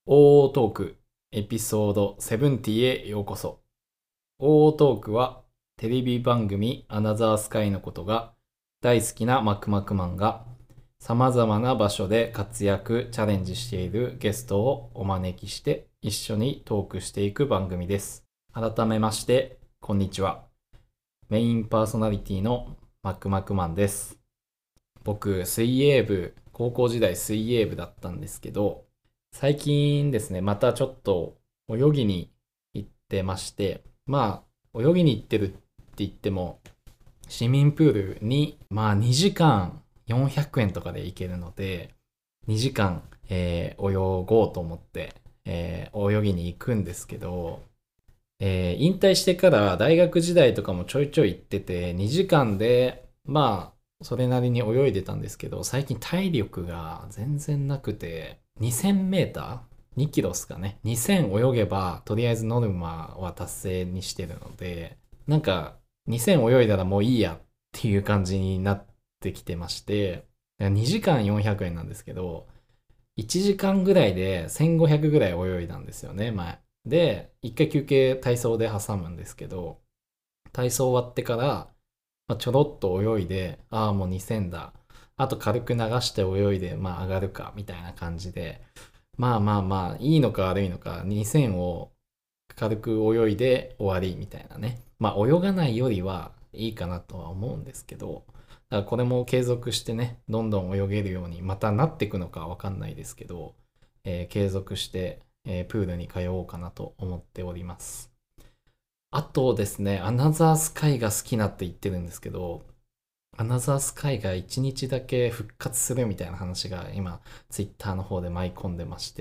OO トークエピソード70へようこそ。OO トークはテレビ番組アナザースカイのことが大好きなマクマクマンが様々な場所で活躍チャレンジしているゲストをお招きして一緒にトークしていく番組です。改めましてこんにちは。メインパーソナリティのマクマクマンです。僕高校時代水泳部だったんですけど、最近ですね、またちょっと泳ぎに行ってまして、泳ぎに行ってるって言っても、市民プールに、2時間400円とかで行けるので、2時間、泳ごうと思って、泳ぎに行くんですけど、引退してから大学時代とかもちょいちょい行ってて、2時間で、それなりに泳いでたんですけど、最近体力が全然なくて、2000メーター ?2 キロっすかね。2000泳げば、とりあえずノルマは達成にしてるので、2000泳いだらもういいやっていう感じになってきてまして、2時間400円なんですけど、1時間ぐらいで1500ぐらい泳いだんですよね、前。で、一回休憩体操で挟むんですけど、体操終わってから、ちょろっと泳いで、ああ、もう2000だ。あと軽く流して泳いで、上がるか、みたいな感じで、いいのか悪いのか、2000を軽く泳いで終わり、みたいなね。泳がないよりはいいかなとは思うんですけど、だからこれも継続してね、どんどん泳げるように、またなっていくのかわかんないですけど、継続して、プールに通おうかなと思っております。あとですね、アナザースカイが好きなって言ってるんですけど、アナザースカイが1日だけ復活するみたいな話が今、ツイッターの方で舞い込んでまして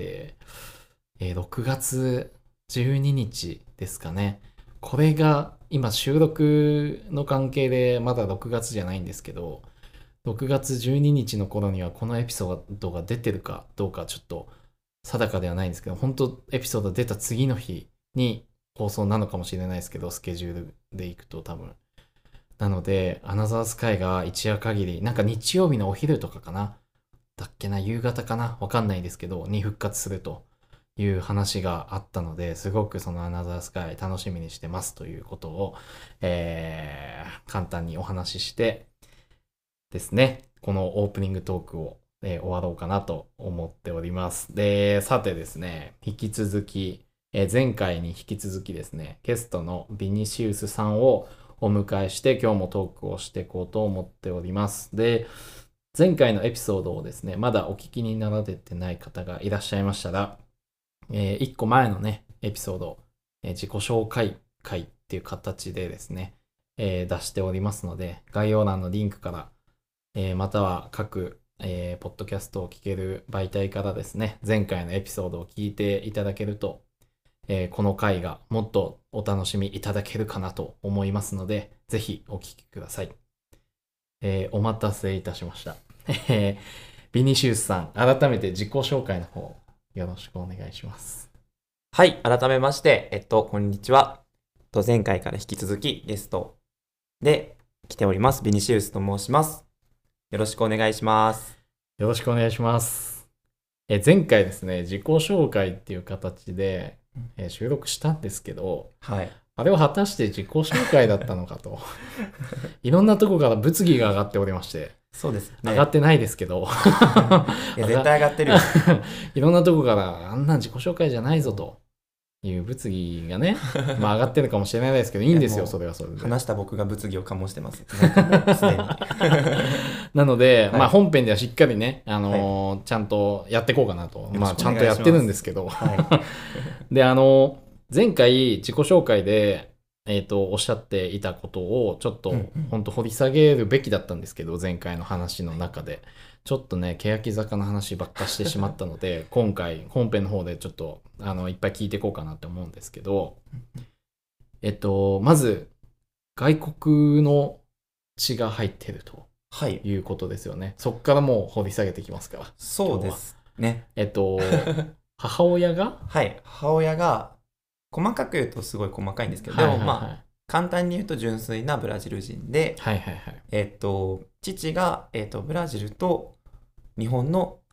、6月12日ですかね。これが今収録の関係でまだ6月じゃないんですけど、6月12日の頃にはこのエピソードが出てるかどうかちょっと定かではないんですけど、本当エピソード出た次の日に放送なのかもしれないですけど、スケジュールで行くと多分。なので、アナザースカイが一夜限り、日曜日のお昼とかかなだっけな、夕方かなわかんないですけど、に復活するという話があったので、すごくそのアナザースカイ楽しみにしてますということを、簡単にお話ししてですね、このオープニングトークを、終わろうかなと思っております。で、さてですね、引き続き、前回に引き続きですね、ゲストのビニシウスさんをお迎えして今日もトークをしていこうと思っております。で、前回のエピソードをですね、まだお聞きになられてない方がいらっしゃいましたら、1個前のね、エピソード、自己紹介会っていう形でですね、出しておりますので、概要欄のリンクから、または各、ポッドキャストを聞ける媒体からですね、前回のエピソードを聞いていただけると、この回がもっとお楽しみいただけるかなと思いますので、ぜひお聞きください。お待たせいたしました。ビニシウスさん、改めて自己紹介の方、よろしくお願いします。 はい、改めまして、こんにちは。前回から引き続きゲストで来ております、ビニシウスと申します。よろしくお願いします。 よろしくお願いします。前回ですね、自己紹介っていう形で、収録したんですけど、 はい。 あれは果たして自己紹介だったのかと。いろんなとこから物議が上がっておりまして、 そうですね。 上がってないですけど、 いや、絶対上がってるよ。 いろんなとこからあんな自己紹介じゃないぞという物議がね、上がってるかもしれないですけど、いいんですよ、それはそれで。 話した僕が物議を醸してます。なんかもうすでに。 なので、 はい本編ではしっかりね、ちゃんとやっていこうかなと。ちゃんとやってるんですけど。 はで、前回自己紹介で、おっしゃっていたことをちょっと本当掘り下げるべきだったんですけど、前回の話の中で。ちょっとね、欅坂の話ばっかしてしまったので、今回本編の方でちょっといっぱい聞いていこうかなって思うんですけど、まず、外国の血が入ってるとはい。 いうことですよね。そっからもう掘り下げてきますから。 そうですね。 母親がはい。母親が、細かく言うとすごい細かいんですけど、 はいはいはい。 でも簡単に言うと純粋なブラジル人で、 はいはいはい。 父が、ブラジルと日本の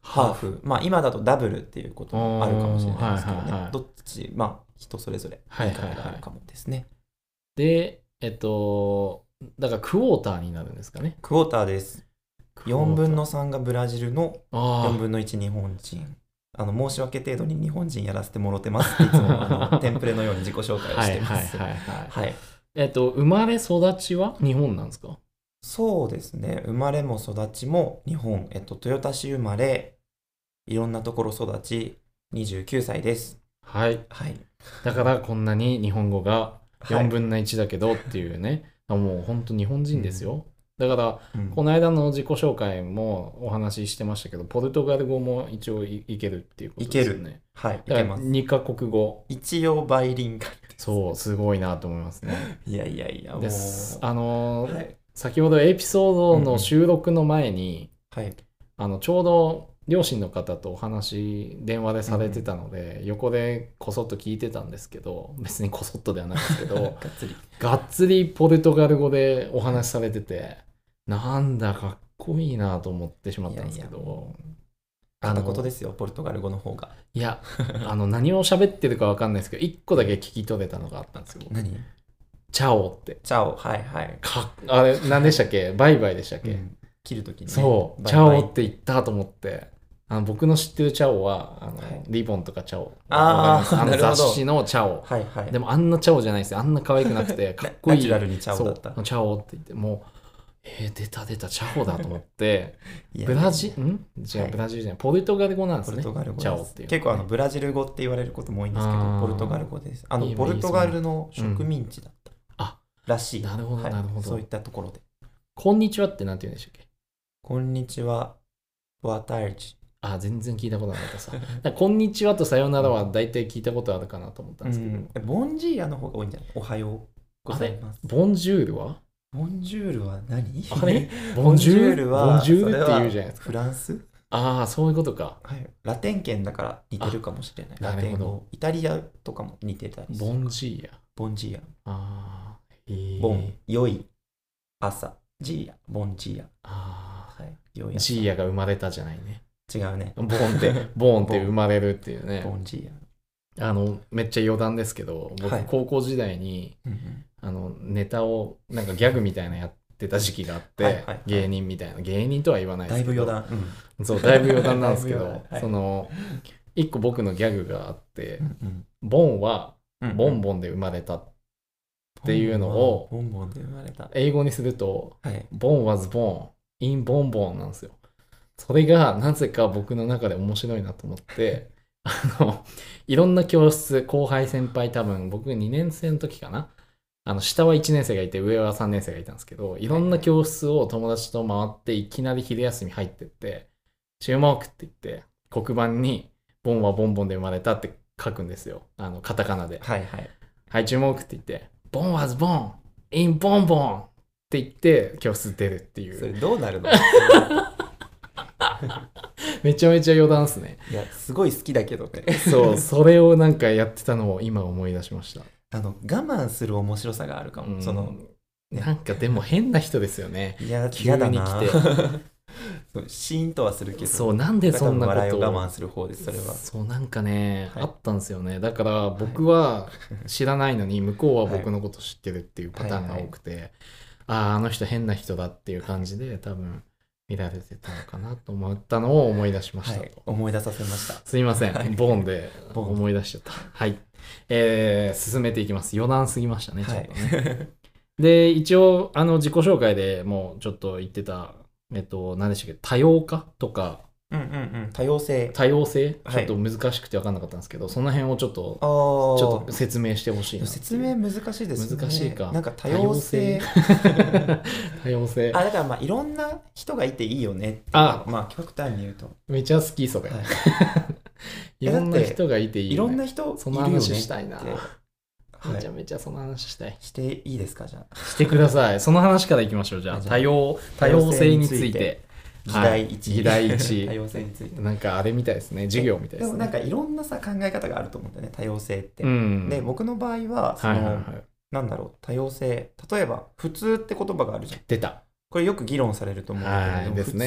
ハーフ。まあ今だとダブルっていうこともあるかもしれないですけどね。 はいはいはいどっち、まあ人それぞれ言い方があるかもですね。 で、だからクォーターになるんですかね。 クォーターです。4分の3がブラジルの4 あ分の1日本人。申し訳程度に日本人やらせてもろてますっていつもテンプレのように自己紹介をしてます。 はいはいはいはい。 はい。 生まれ育ちは日本なんですか？ そうですね。生まれも育ちも日本。豊田市生まれ、いろんなところ育ち、29歳です。 はい。 はい。 だからこんなに日本語がはい 4分の1だけどっていうね。もう本当日本人ですよ。だから、 うんこの間の自己紹介もお話ししてましたけど、ポルトガル語も一応いけるっていうことですよね。 はい。いだからけます。 2カ国語。 一応バイリンガル。 そう、すごいなと思いますね。 いやいやいや、もう。 です。 はい。 先ほどエピソードの収録の前に、 はい。 ちょうど両親の方とお話電話でされてたので、横でこそっと聞いてたんですけど、別にこそっとではないですけどがっつり。 がっつりポルトガル語でお話しされてて、なんだかっこいいなと思ってしまったんですけど、 片言ですよ、ポルトガル語の方が。 いや何を喋ってるかわかんないですけど、一個だけ聞き取れたのがあったんですよ。 何？ チャオって。 チャオ、はいはい。 あれ何でしたっけ？バイバイでしたっけ？ うん切るときにね。 そう、チバイバイャオって言ったと思って、僕の知ってるチャオは、 はいリボンとかチャオ。 あーわかりますなるほど雑誌のチャオ。 はいはい。 でもあんなチャオじゃないですよ。あんな可愛くなくて、かっこいい。 ナチュラルにチャオだったそうチャオって言って、もう、出たチャオだと思って、 いやブラジル、違う、 はいブラジルじゃない、ポルトガル語なんですね。 ポルトガル語です。 チャオっていう。 結構ブラジル語って言われることも多いんですけど、 あーポルトガル語です。 いいポルトガルの植民地だった。 あ、 らしい。 なるほどはいなるほどそういったところで。 こんにちはってなんて言うんでしたっけ？ こんにちは。ボアタルジ。 全然聞いたことなかったさ。だからこんにちはとさよならは大体聞いたことあるかなと思ったんですけど。 ボンジーヤの方が多いんじゃない？おはようございます。 ボンジュールはボンジュールは何？ あれボンジュールは、 ボンジュールってそれは言うじゃないですか。 フランス？ そういうことか。 はい。ラテン圏だから似てるかもしれない。ラテンなるほ語。イタリアとかも似てたりする。 ボンジーヤ。 ボンジーヤ。 ボボン、良い朝。ジーヤ。ボンジーヤ。はい。良い朝。 ジーヤが生まれたじゃないね。 違うね。 ボーンって生まれるっていうね。 ボンジーヤ。 めっちゃ余談ですけど、僕、 はい高校時代に、ネタを、なんかギャグみたいなやってた時期があって、 はいはいはい芸人みたいな。芸人とは言わないでだいすけど。 ぶ余談。 そう、だいぶ余談なんですけだいぶど余、談はい一個僕のギャグがあって、 うんボンはうんボンボンで生まれたっていうのをボンボンで生まれた。 英語にすると、 はい。 ボン was born in ボンボンなんですよ。それがなぜか僕の中で面白いなと思って、いろんな教室、後輩先輩多分僕2年生の時かな。下は1年生がいて上は3年生がいたんですけど、いろんな教室を友達と回っていきなり昼休み入ってって、注目って言って黒板にボンはボンボンで生まれたって書くんですよ。カタカナで。 はいはい。 はい、注目って言って、ボン was born in ボンボンって言って教室出るっていそれう。 どうなるの？ めちゃめちゃ余談っすね。 いや、すごい好きだけどね。 そう、それをなんかやってたのを今思い出しました。 我慢する面白さがあるかも。ねなんかでも変な人ですよね。 いや、 急に来て嫌だなそうシーンとはするけど。 そう、なんでそんなこと笑いを我慢する方です、それは。 そう、なんかね、 はいあったんですよね。だから僕は知らないのに、向こうは僕のこと知ってるっていうパターンが多くて、あの人変な人だっていう感じで多分見られてたのかなと思ったのを思い出しましたと。 はい、思い出させました。 すいません、 はいボーンでボーン思い出しちゃった。はい。進めていきます。余談すぎましたね、ちょっとね。で、一応、自己紹介でもうちょっと言ってた、何でしたっけ、多様化とか、 多様性。 多様性、 はいちょっと難しくて分かんなかったんですけど、その辺をちょっと、 ちょちょっと説明してほしいなっていう。 説明難しいですね。 難しいかなんか多様性。 多様性。 だからまあいろんな人がいていいよねっていう。 あまあ極端に言うと。 めちゃ好き、それ。 はいいろんな人がいていいよね。 いろんな人いるよねって。 その話したいな。 はいめちゃめちゃその話したい。 していいですか、じゃあ。 してください。その話からいきましょう。じゃあ、 じゃあ多様性について。 議題1。 議題1。 多様性について。 なんかあれみたいですね。授業みたいでね。 ですもなんかいろんなさ考え方があると思うんだよね、多様性って。 うん。 で、僕の場合は、なんだろう、多様性。例えば、普通って言葉があるじゃん。 出た。 これよく議論されると思うんだけれども、 ですね普通っ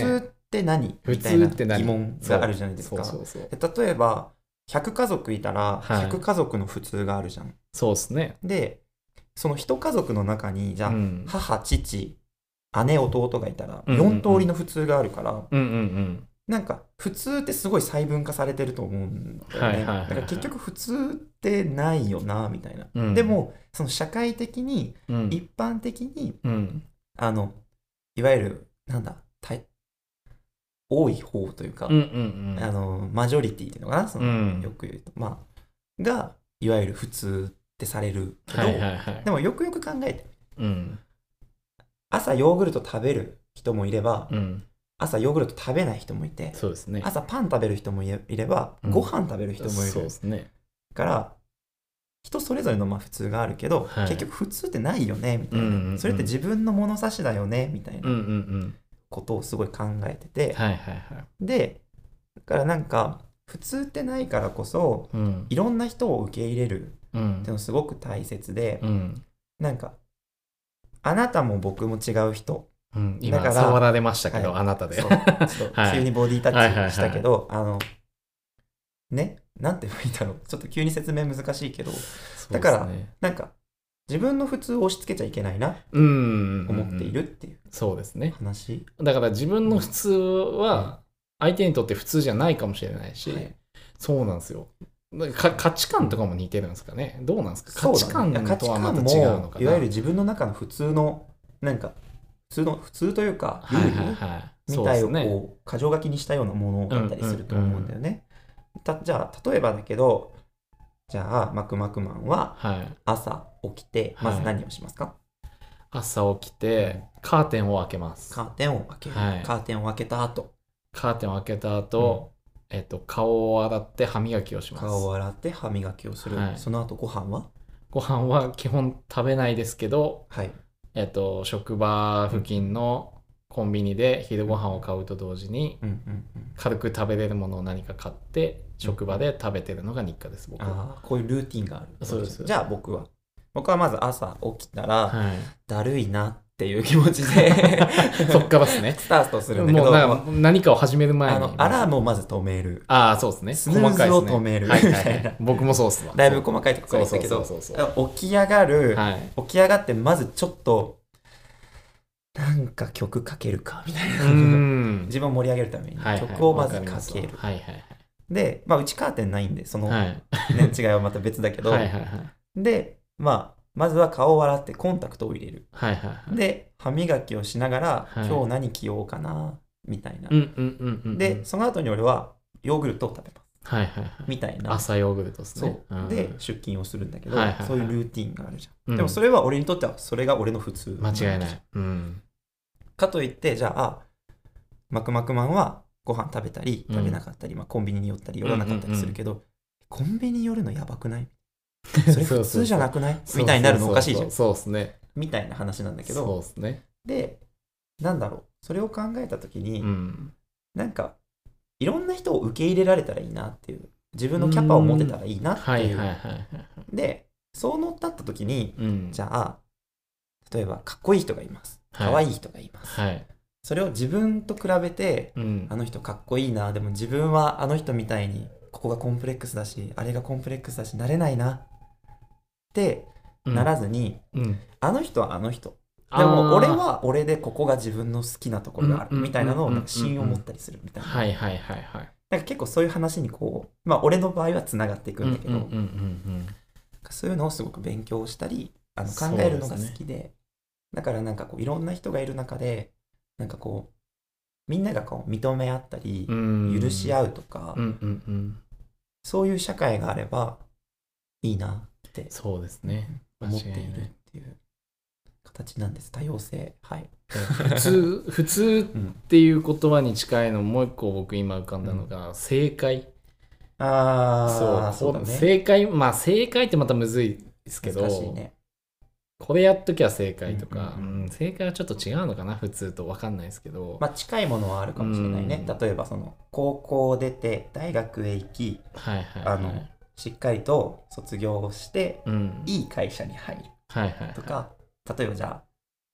って何普みたいな通って何疑問があるじゃないですか。 そうそうで例えば100家族いたらはい 100家族の普通があるじゃん。 そうですね。 でその1家族の中にじゃあ、母父姉弟がいたら4通りの普通があるから、 うんうんうんなんか普通ってすごい細分化されてると思うんだよね。 はいはいはいはいだから結局普通ってないよなみたいな。 うんでもその社会的にうん一般的にうんいわゆるなんだ多い方というか、 うんうんマジョリティっていうのかな、そのうんよく言うとまあがいわゆる普通ってされるけど、 はいはいはいでもよくよく考えてうん朝ヨーグルト食べる人もいれば、 うん朝ヨーグルト食べない人もいて、 そうですね。 朝パン食べる人もいれば、 うんご飯食べる人もいそうるですね。 から人それぞれのまあ普通があるけど、 はい結局普通ってないよねみたいな、 うんうんうんそれって自分の物差しだよねみたいうんうんうなんことをすごい考えてて、 はいはいはいでだからなんか普通ってないからこそうんいろんな人を受け入れるうんっていうのすごく大切で、 うんなんかあなたも僕も違う人うん今だから触られましたけど、 はいあなたで。 そうちょっと急にボディタッチしたけど、ね、なんて言えばいいんだろう、ちょっと急に説明難しいけど、だからそうですねなんか自分の普通を押し付けちゃいけないなうん思っているっていうそうですね。 話。 だから自分の普通は相手にとって普通じゃないかもしれないし、 はいそうなんですよ。価値観とかも似てるんですかね。どうなんですか。価値観そうだね、価値とはま観た違うのかな。 もいわゆる自分の中の普通のなんか普通というかルはいールはいはい。 みたいをそうですね。 こう箇条書きにしたようなものだったりすると思うんだよね。じゃあ例えばだけど、じゃあマクマクマンははい。 朝起きてまず何をしますか？ 朝起きてカーテンを開けます。 カーテンを開ける、 はいカーテンを開けた後カーテンを開けた後、顔を洗って歯磨きをします。 顔を洗って歯磨きをする、 はいその後ご飯はご飯は基本食べないですけど、 はい職場付近のコンビニで昼ご飯を買うと同時にうんうんうん軽く食べれるものを何か買って職場で食べてるのが日課です僕は。 ああこういうルーティンがある。 そうですじゃあ僕はまず朝起きたら、 はい、 だるいなっていう気持ちでそっからですね。 スタートするんだけど、 もうなんか何かを始める前にアラームをまず止める、 ああそうですね。 スヌーズを止める細かいですね。はいみたいな僕もそうっすわ。 だいぶ細かいところから言ったけど、 そうそうそうそう起き上がる、 はい。 起き上がってまずちょっとなんか曲かけるかみたいな自分を盛り上げるためにはいはい曲をまずかける、 わかりますわはいはいで、うちカーテンないんでその、 はい。 ね、違いはまた別だけど、 はいはいはい。 でまずは顔を洗ってコンタクトを入れる、 はいはいはい。 で歯磨きをしながら、 はい今日何着ようかなみたいな、 うんうんうんうん。 でその後に俺はヨーグルトを食べますはいはいはい。 みたいな、 朝ヨーグルトですそね。 う、で出勤をするんだけど、 はいはいはいそういうルーティンがあるじゃん、 うんでもそれは俺にとってはそれが俺の普通間違いない。うん。 かといってじゃあマクマクマンはご飯食べたり食べなかったり、コンビニに寄ったり寄らなかったりするけど、コンビニ寄るのやばくないそれ普通じゃなくないみたいになるのおかしいじゃんそうですね。 みたいな話なんだけそうど、 ですね。 でなんだろうそれを考えた時に、 うん。 なんかいろんな人を受け入れられたらいいなっていう、自分のキャパを持てたらいいなってはいいう、 はいはいはい。 でそうなった時に、 うん。 じゃあ例えばかっこいい人がいますはい可愛い人がいます、 はい。 それを自分と比べて、 うん。 あの人かっこいいな、でも自分はあの人みたいにここがコンプレックスだしあれがコンプレックスだしなれないなってならずに、 うん。 あの人はあの人でも俺は俺でここが自分の好きなところがあるみたいなのをなんか信用を持ったりするみたいな、 はいはいはいはい。 なんか結構そういう話にこう俺の場合はつながっていくんだけど、 うんうんうんそういうのをすごく勉強したりそうですね考えるのが好きで、だからなんかこういろんな人がいる中でなんかこうみんながこう認め合ったりうん。 許し合うとか、 うんうんうん。 そういう社会があればいいなってそうですね。 思っているっていう形なんです。多様性。はい。 普通っていう言葉に近いのもう一個僕今浮かんだのが正解。 そうだね。 正解、まあ正解ってまたむずいですけど、 難しいね。 これやっときゃ正解とか、 うんうんうん正解はちょっと違うのかな、普通と分かんないですけど、 近いものはあるかもしれないね。例えばその高校を出て大学へ行き、 はいはいはい。 しっかりと卒業をして、 うん、 いい会社に入るはいはいはい。 とか、例えばじゃあ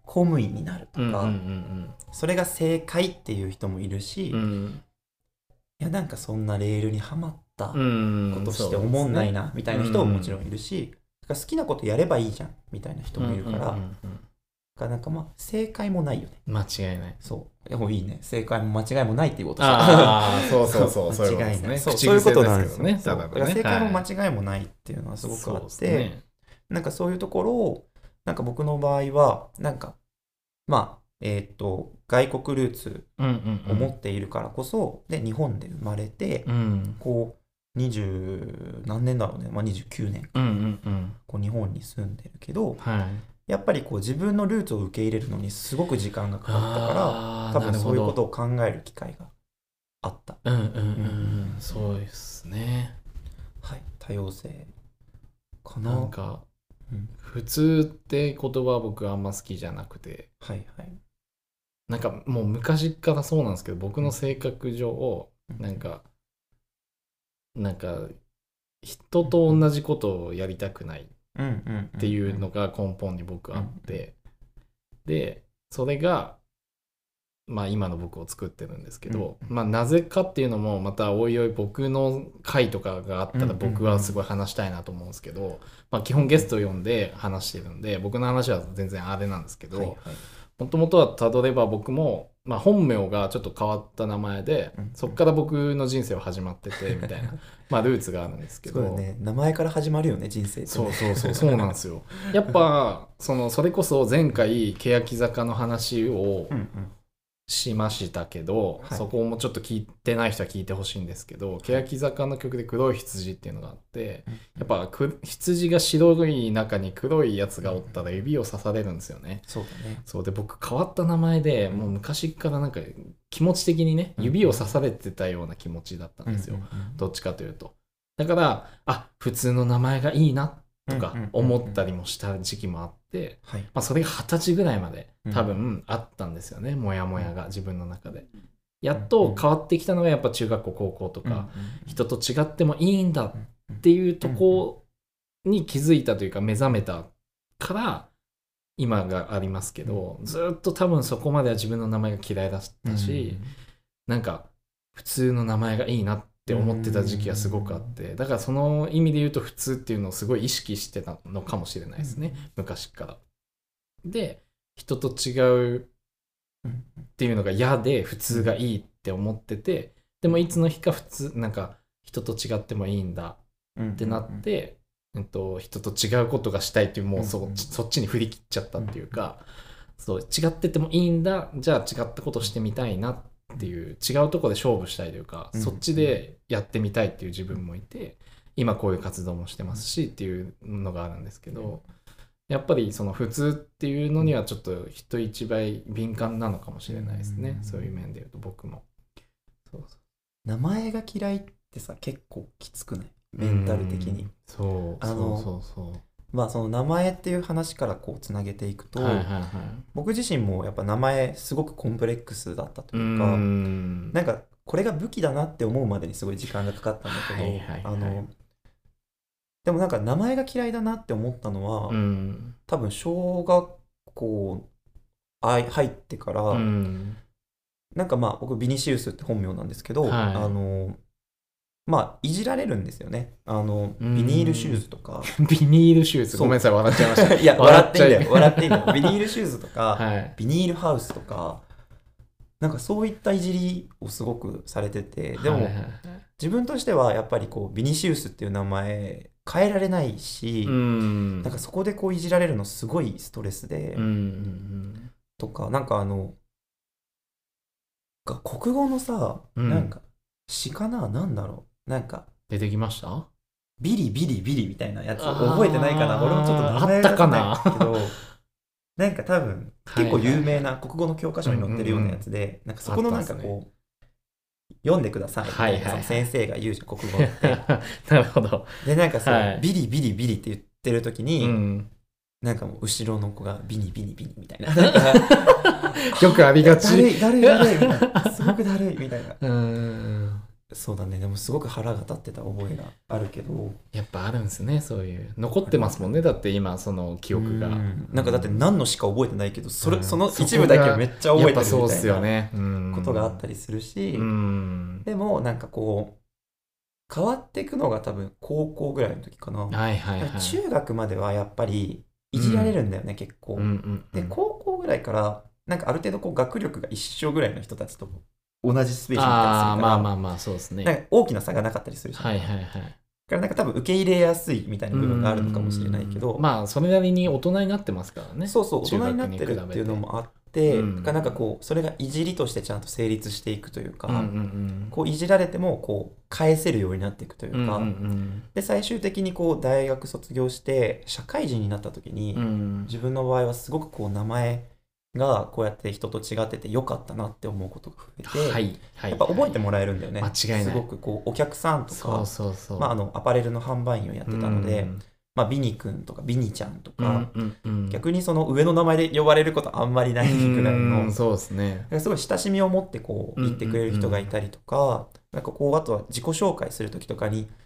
公務員になるとか、 うんうんうんそれが正解っていう人もいるし、 うんいやなんかそんなレールにはまったこうんとして思んないなみたいな人ももちろんいるし、だから好きなことやればいいじゃんみたいな人もいるから、だからなんかまあ正解もないよね。 間違いない。 そうでもいいね、正解も間違いもないっていうことした。 ああそうそうそうそういうこと間違いない、 ですね。 そういうことなんですよね。 ただのね。 だから正解もはい間違いもないっていうのはすごくあって、 そうですねなんかそういうところをなんか僕の場合はなんかまあ外国ルーツうんうんうんを持っているからこそ、で日本で生まれて、 うんこう20何年だろうね、まあ、29年うんうんうんこう日本に住んでるけど、 はいやっぱりこう自分のルーツを受け入れるのにすごく時間がかかったあから、多分そういうことを考える機会があった。 うんうんうんうんそうですね。 はい、多様性かな。 なんかうん普通って言葉は僕はあんま好きじゃなくて、 はいはい。 なんかもう昔からそうなんですけど、僕の性格上なんか人と同じことをやりたくないっていうのが根本に僕あって、でそれがまあ今の僕を作ってるんですけど、まあなぜかっていうのもまたおいおい僕の回とかがあったら僕はすごい話したいなと思うんですけど、まあ基本ゲストを呼んで話してるんで僕の話は全然あれなんですけど、もともとはたどれば僕も、まあ、本名がちょっと変わった名前で、そっから僕の人生は始まっててみたいなまあルーツがあるんですけど、 そうだね、名前から始まるよね人生ってね。 そうなんですよ。やっぱそれこそ前回欅坂の話をしましたけど、そこもちょっと聞いてない人は聞いてほしいんですけど、欅坂の曲で黒い羊っていうのがあって、やっぱ羊が白い中に黒いやつがおったら指を刺されるんですよね。 そうだね。 そうで僕変わった名前でもう昔からなんか気持ち的にね指を刺されてたような気持ちだったんですよ、どっちかというと。だから普通の名前がいいなとか思ったりもした時期もあって、まあ、それが20歳ぐらいまで多分あったんですよね、モヤモヤが自分の中で。やっと変わってきたのがやっぱ中学校高校とか、人と違ってもいいんだっていうとこに気づいたというか目覚めたから今がありますけど、ずっと多分そこまでは自分の名前が嫌いだったし、なんか普通の名前がいいなって思ってた時期はすごくあって、だからその意味で言うと普通っていうのをすごい意識してたのかもしれないですね、昔から。で人と違うっていうのが嫌で普通がいいって思ってて、でもいつの日か普通なんか人と違ってもいいんだってなって、人と違うことがしたいっていうもうそっちに振り切っちゃったっていうか、そう違っててもいいんだ、じゃあ違ったことしてみたいなっていう違うところで勝負したいというか、そっちでやってみたいっていう自分もいて、今こういう活動もしてますしっていうのがあるんですけど、やっぱりその普通っていうのにはちょっと人一倍敏感なのかもしれないですね、そういう面で言うと僕も。 名前が嫌いってさ結構きつくない？メンタル的に。まあその名前っていう話からこうつなげていくと、僕自身もやっぱ名前すごくコンプレックスだったというか、なんかこれが武器だなって思うまでにすごい時間がかかったんだけど、でもなんか名前が嫌いだなって思ったのは、多分小学校入ってから、なんかまあ僕ビニシウスって本名なんですけど、まあいじられるんですよね。ビニールシューズとか。 ビニールシューズ、ごめんなさい笑っちゃいました。 いや笑っていいんだよ、笑っていいんだよ。ビニールシューズとか、ビニールハウスとか、なんかそういったいじりをすごくされてて、でも自分としてはやっぱりこうビニシウスっていう名前変えられないし、なんかそこでこういじられるのすごいストレスで、とかなんか国語のさ、なんか詩かな、なんだろう、なんか出てきました？ ビリビリビリみたいなやつ覚えてないかな。俺もちょっと名前が出てないけど、なんか多分結構有名な国語の教科書に載ってるようなやつで、なんかそこのなんかこう読んでくださいみたいな、その先生が言うじゃん国語って。 なるほど。 でなんかそうビリビリビリって言ってる時に、なんかもう後ろの子がビニビニビニみたいな。 よくありがち。 だるいみたいな。すごくだるいみたいな。 そうだね。でもすごく腹が立ってた覚えがあるけど。 やっぱあるんですね、そういう残ってますもんね。だって今その記憶が、 なんかだって何のしか覚えてないけど、そのそこが一部だけはめっちゃ覚えてるみやっぱそうっすたいなよね。 ことがあったりするし、 うんでもなんかこう変わっていくのが多分高校ぐらいの時かな。 はいはいはい。 中学まではやっぱりいじられるんだよね、結構。で、高校ぐらいからなんかある程度こう学力が一緒ぐらいの人たちと同じスペースにいたりするから、 まあまあまあそうですね。 なんか大きな差がなかったりするじゃん。 はいはいはい。 だからなんか多分受け入れやすいみたいな部分があるのかもしれないけど、 まあそれなりに大人になってますからね。 そうそう、大人になってるっていうのもあって、だからなんかこうそれがいじりとしてちゃんと成立していくというか、こういじられてもこう返せるようになっていくというか、で最終的にこう大学卒業して社会人になった時に、自分の場合はすごくこう名前がこうやって人と違っててよかったなって思うことが増えて、やっぱ覚えてもらえるんだよね。 間違いない。 すごくこうお客さんとか、まあアパレルの販売員をやってたので、まあビニ君とかビニちゃんとか、逆にその上の名前で呼ばれることあんまりないぐらいの、 そうですね。 すごい親しみを持ってこう言ってくれる人がいたりとか、なんかこうあとは自己紹介する時とかに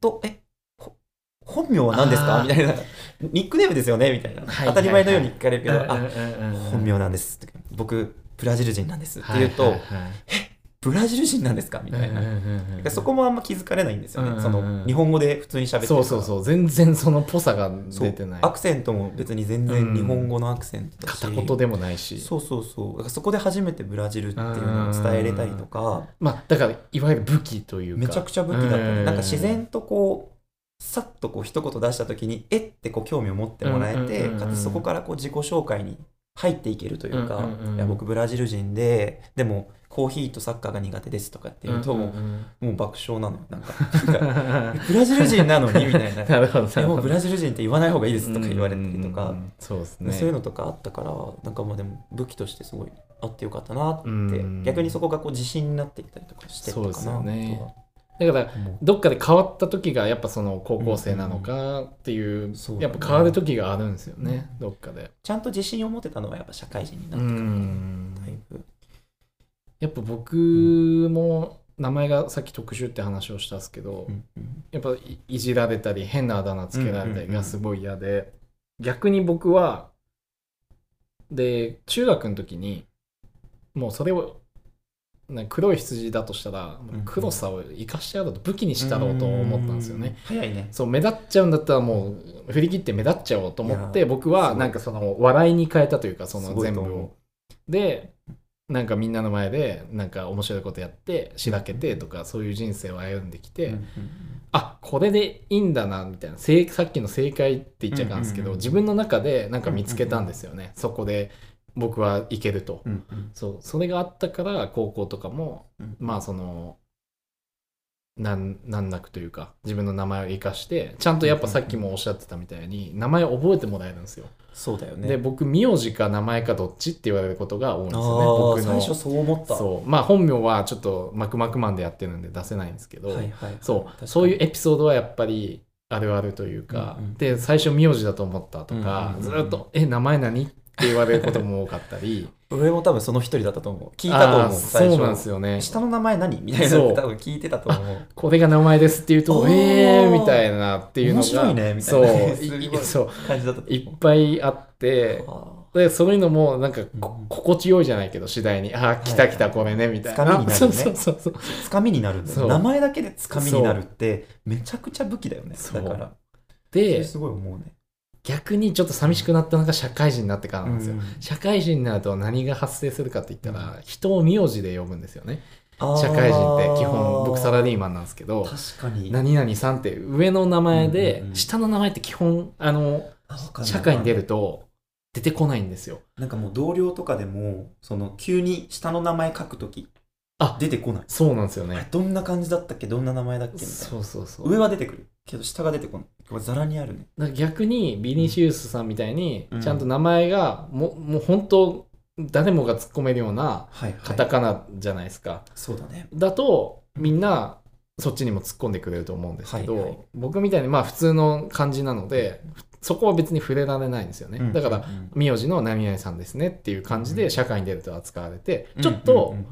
本名は何ですかみたいな、ニックネームですよねみたいな、当たり前のように聞かれるけど、本名なんです、僕ブラジル人なんですって言うと、ブラジル人なんですかみたいな、そこもあんま気づかれないんですよね。その日本語で普通に喋ってるから、 そう全然そのぽさが出てない。 アクセントも別に全然日本語のアクセントだし、 片言でもないし、 だからそこで初めてブラジルっていうのを伝えれたりとか、 まあだからいわゆる武器というか、 めちゃくちゃ武器だったね。なんか自然とこうさっとこう一言出した時にってこう興味を持ってもらえて、かつそこからこう自己紹介に入っていけるというか、いや僕ブラジル人でもコーヒーとサッカーが苦手ですとかっていうと、もう爆笑なのよ。なんかブラジル人なのにみたいななるほど、 もうブラジル人って言わない方がいいですとか言われたりとか、 そうですね。 そういうのとかあったから、なんかまあでも武器としてすごいあってよかったなって、逆にそこがこう自信になっていったりとかしてたかな。そうですよね。 だからどっかで変わった時がやっぱその高校生なのかっていう、やっぱ変わる時があるんですよね、どっかで。 ちゃんと自信を持てたのはやっぱ社会人になってからね、だいぶ。 やっぱ僕も名前がさっき特殊って話をしたんですけど、やっぱいじられたり変なあだ名つけられたりがすごい嫌で、逆に僕はで中学の時にもうそれを黒い羊だとしたら黒さを生かしてやろうと武器にしたろうと思ったんですよね。 早いね。 そう目立っちゃうんだったらもう振り切って目立っちゃおうと思って僕はなんかその笑いに変えたというかその全部をでなんかみんなの前でなんか面白いことやってしらけてとかそういう人生を歩んできて、あこれでいいんだなみたいなさっきの正解って言っちゃったんですけど、自分の中でなんか見つけたんですよね。そこで僕はいけると、それがあったから高校とかも、まあその難なくというか自分の名前を生かしてちゃんとやっぱさっきもおっしゃってたみたいに名前を覚えてもらえるんですよ。 そうだよね。 で僕名字か名前かどっちって言われることが多いんですよね。僕の最初そう思った。 まあ本名はちょっとマクマクマンでやってるんで出せないんですけど、そういうエピソードはやっぱりあるあるというか、で最初名字だと思ったとか、ずっと名前何って言われることも多かったり俺も多分その一人だったと思う。聞いたと思う。 最初そうなんですよね。 下の名前何みたいなの多分聞いてたと思う。 これが名前ですって言うとみたいなっていうのが面白いねみたいなそう感じだったいっぱいあってでそういうのもなんか心地よいじゃないけど次第に来たこれねみたいな、 つかみになるね。 つかみになるんだよ。名前だけでつかみになるってめちゃくちゃ武器だよね。だからですごい思うね。 逆にちょっと寂しくなったのが社会人になってからなんですよ。社会人になると何が発生するかって言ったら、人を名字で呼ぶんですよね。社会人って基本僕サラリーマンなんですけど、 確かに何々さんって上の名前で、下の名前って基本社会に出ると出てこないんですよ。 なんかもう同僚とかでもその急に下の名前書くとき出てこない。 そうなんですよね。 どんな感じだったっけ、どんな名前だっけみたいな。 そう上は出てくるけど下が出てこない。これザラにあるね。 だから逆にビニシウスさんみたいにちゃんと名前がもう本当誰もが突っ込めるようなカタカナじゃないですか。 そうだね。 だとみんなそっちにも突っ込んでくれると思うんですけど、僕みたいにまあ普通の漢字なのでそこは別に触れられないんですよね。だから名字の何々さんですねっていう感じで社会に出ると扱われて、ちょっと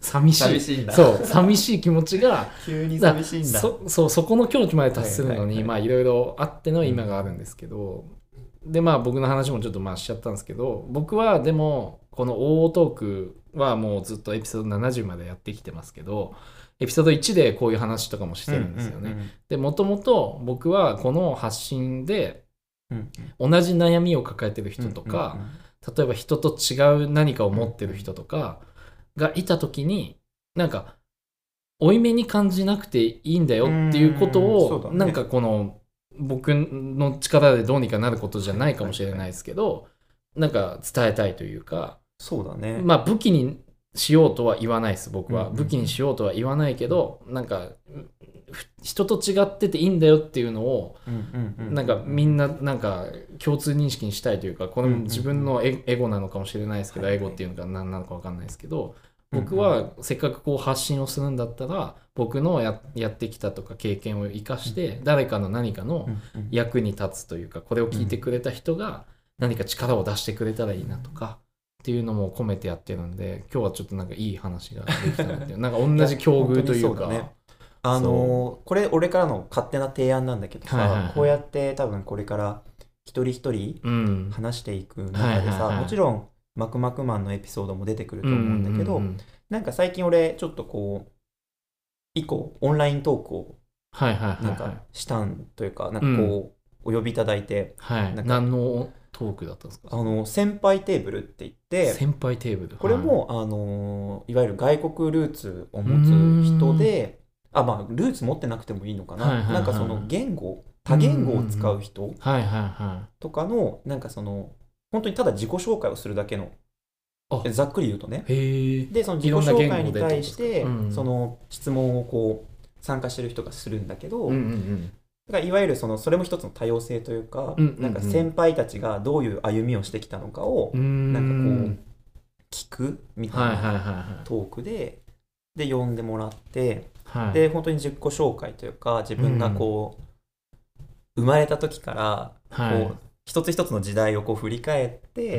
寂しい。 寂しいんだ。 そう、寂しい気持ちが、 急に寂しいんだ。 そこの境地まで達するのに、 はいはいはいまあいろいろあっての今があるんですけど、でまあ僕の話もちょっとまあしちゃったんですけど、僕はでもこの OO トークはもうずっとエピソード70までやってきてますけど、エピソード1でこういう話とかもしてるんですよね。 うんうんうんでもともと僕はこの発信でうん同じ悩みを抱えてる人とか、 うんうん例えば人と違う何かを持ってる人とかがいた時に、なんか負い目に感じなくていいんだよっていうことを、 そうだねなんかこの僕の力でどうにかなることじゃないかもしれないですけど、なんか伝えたいというか、 そうだね。 まあ武器にしようとは言わないです僕は、 うんうん武器にしようとは言わないけど、なんか人と違ってていいんだよっていうのを、なんかみんななんか共通認識にしたいというか、これも自分のエゴなのかもしれないですけど、エゴっていうのか何なのか分かんないですけど、僕はせっかくこう発信をするんだったら、僕のやってきたとか経験を生かして誰かの何かの役に立つというか、これを聞いてくれた人が何か力を出してくれたらいいなとかっていうのも込めてやってるんで、今日はちょっとなんかいい話ができたなっていうなんか同じ境遇というか、 これ俺からの勝手な提案なんだけどさ、 はいはいはいこうやって多分これから一人一人話していく中でさ、もちろんマクマクマンのエピソードも出てくると思うんだけど、なんか最近俺ちょっとこう以降オンライントークをなんかしたんというか、なんかこうお呼びいただいて、 なんか何のトークだったんですか？ 先輩テーブルって言って、 先輩テーブル、 これも、いわゆる外国ルーツを持つ人で、まあルーツ持ってなくてもいいのかな、なんかその多言語を使う人とかの、なんかその本当にただ自己紹介をするだけの、ざっくり言うとね。でその自己紹介に対してその質問をこう参加してる人がするんだけど、だからいわゆるそれも一つの多様性というか、なんか先輩たちがどういう歩みをしてきたのかをなんかこう聞くみたいなトークで呼んでもらって、で本当に自己紹介というか、自分がこう生まれた時からこう一つ一つの時代をこう振り返って、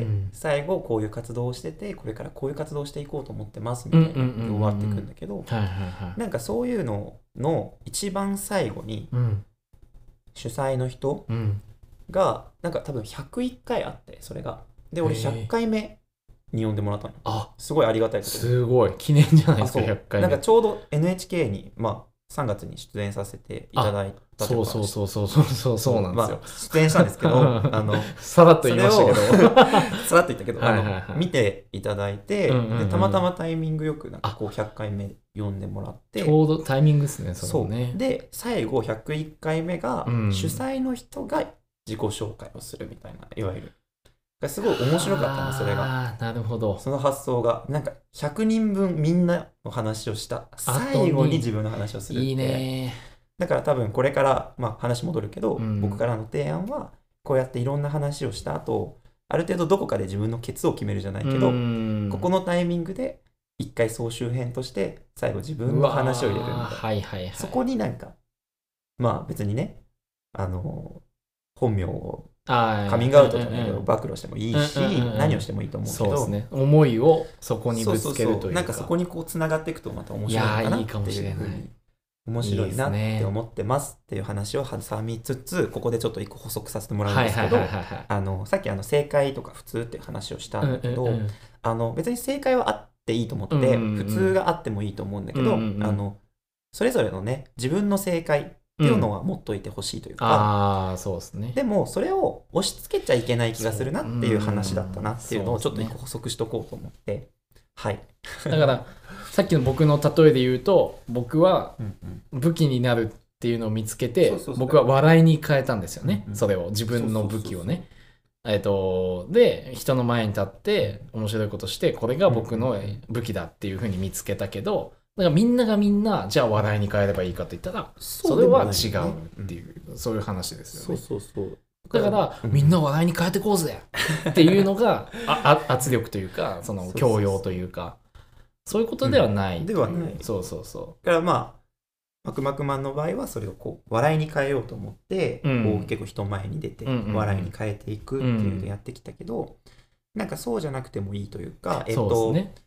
最後こういう活動をしてて、これからこういう活動をしていこうと思ってますみたいなで終わっていくんだけど、なんかそういうのの一番最後に主催の人がなんか多分101回あって、それがで俺100回目に呼んでもらったの。すごいありがたいことで。 すごい記念じゃないですか。100回目なんかちょうど NHK に3月に出演させていただいたとか、 そうなんですよ。 出演したんですけどさらっと言いましたけどさらっと言ったけど見ていただいて、でたまたまタイミングよくなんかこう100回目呼んでもらって、 ちょうどタイミングですね。そうね。 で最後101回目が主催の人が自己紹介をするみたいな、いわゆるがすごい面白かったの。それがなるほど。 その発想がなんか100人分みんなの話をした最後に自分の話をするって。 いいね。 だから多分これから話戻るけど、僕からの提案はこうやっていろんな話をした後、ある程度どこかで自分のケツを決めるじゃないけど、ここのタイミングで一回総集編として最後自分の話を入れるみたいな。そこになんか別にね、本名をカミングアウトじゃないけど暴露してもいいし、何をしてもいいと思うけど、 そうですね、思いをそこにぶつけるというか、 なんかそこにこうつながっていくとまた面白いかなっていうふうに、面白いなって思ってますっていう話を挟みつつ、ここでちょっと一個補足させてもらうんですけど、さっき正解とか普通っていう話をしたんだけど、別に正解はあっていいと思って、普通があってもいいと思うんだけど、それぞれのね自分の正解っていうのは持っといてほしいというか、 そうですね。 でもそれを押し付けちゃいけない気がするなっていう話だったなっていうのをちょっと一個補足しとこうと思って、 だからさっきの僕の例えで言うと、僕は武器になるっていうのを見つけて、僕は笑いに変えたんですよね。それを自分の武器をね。で人の前に立って面白いことして、これが僕の武器だっていうふうに見つけたけど、だからみんながみんなじゃあ笑いに変えればいいかって言ったら、それは違うっていう、そういう話ですよね。だからみんな笑いに変えてこうぜっていうのが圧力というか、その教養というか、そういうことではない。 ではない。 そうだからマクマクマンの場合はそれをこう笑いに変えようと思って、こう結構人前に出て笑いに変えていくっていうのをやってきたけど、なんかそうじゃなくてもいいというか、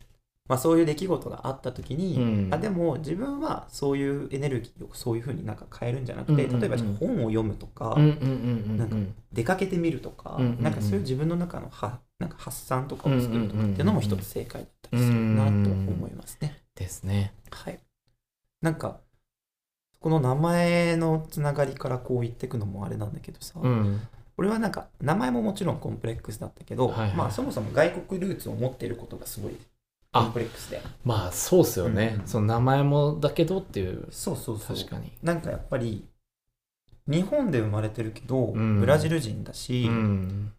まあ、そういう出来事があった時に、 うんでも自分はそういうエネルギーをそういうふうになんか変えるんじゃなくて、 うんうんうん例えばじゃあ本を読むとか、 うんうんうんうんなんか出かけてみるとか、 うんうんうんなんかそういう自分の中のなんか発散とかを作るとかっていうのも一つ正解だったりするなと思いますね。 ですね。 はい。なんかこの名前のつながりからこう言っていくのもあれなんだけどさ、 うん俺はなんか名前ももちろんコンプレックスだったけど、 はいはいはいまあそもそも外国ルーツを持っていることがすごいコンプレックスで。 まあそうっすよね、 うんその名前もだけどっていう。 そうそうそう。 確かに。 なんかやっぱり日本で生まれてるけど、 うんブラジル人だし、 うん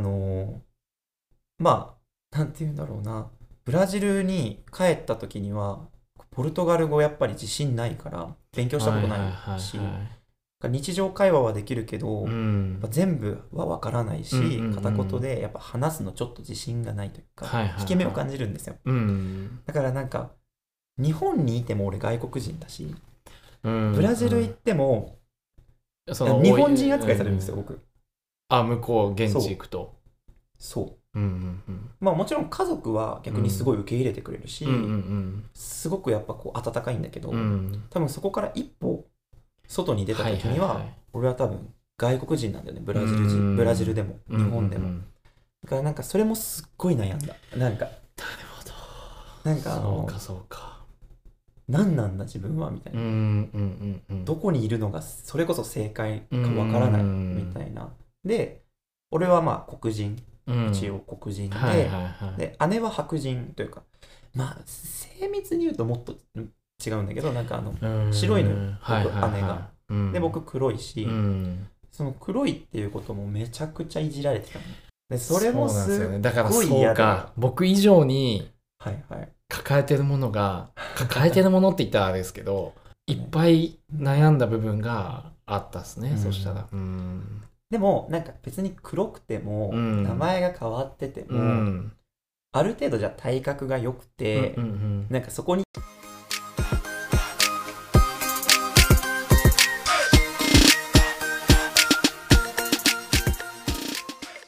まあなんて言うんだろうな、ブラジルに帰った時にはポルトガル語やっぱり自信ないから勉強したことないし、日常会話はできるけど、 うんやっぱ全部は分からないし、 うんうんうん片言でやっぱ話すのちょっと自信がないというか、 はいはいはい引け目を感じるんですよ。 うんだからなんか日本にいても俺外国人だし、 うんブラジル行っても、 その日本人扱いされるんですよ、 う僕。 向こう現地行くと。 そう。 うんうんうんまあもちろん家族は逆にすごい受け入れてくれるし、 うんうんすごくやっぱこう温かいんだけど、 うん多分そこから一歩外に出た時には、 はいはいはい俺は多分外国人なんだよね、ブラジルうん人、ブラジルでも日本でも。 うんうんうんだからなんかそれもすっごい悩んだ。なんか、 なるほど。 なんかそうかそうか。 何なんだ自分はみたいな。 うんうんうんうん。 どこにいるのがそれこそ正解かわからないみたいな。で、俺はまあ黒人、一応黒人で、 はいはいはいで、姉は白人というか、まあ精密に言うともっと違うんだけど、なんか白いのよ、僕姉が。で、僕黒いし、その黒いっていうこともめちゃくちゃいじられてたの。で、それもすっごい嫌だからそうか、僕以上にはいはい。 抱えてるものが、抱えてるものって言ったらあれですけど、いっぱい悩んだ部分があったっすね、そしたら。 でも、なんか別に黒くても、名前が変わってても、ある程度じゃあ体格が良くて、なんかそこに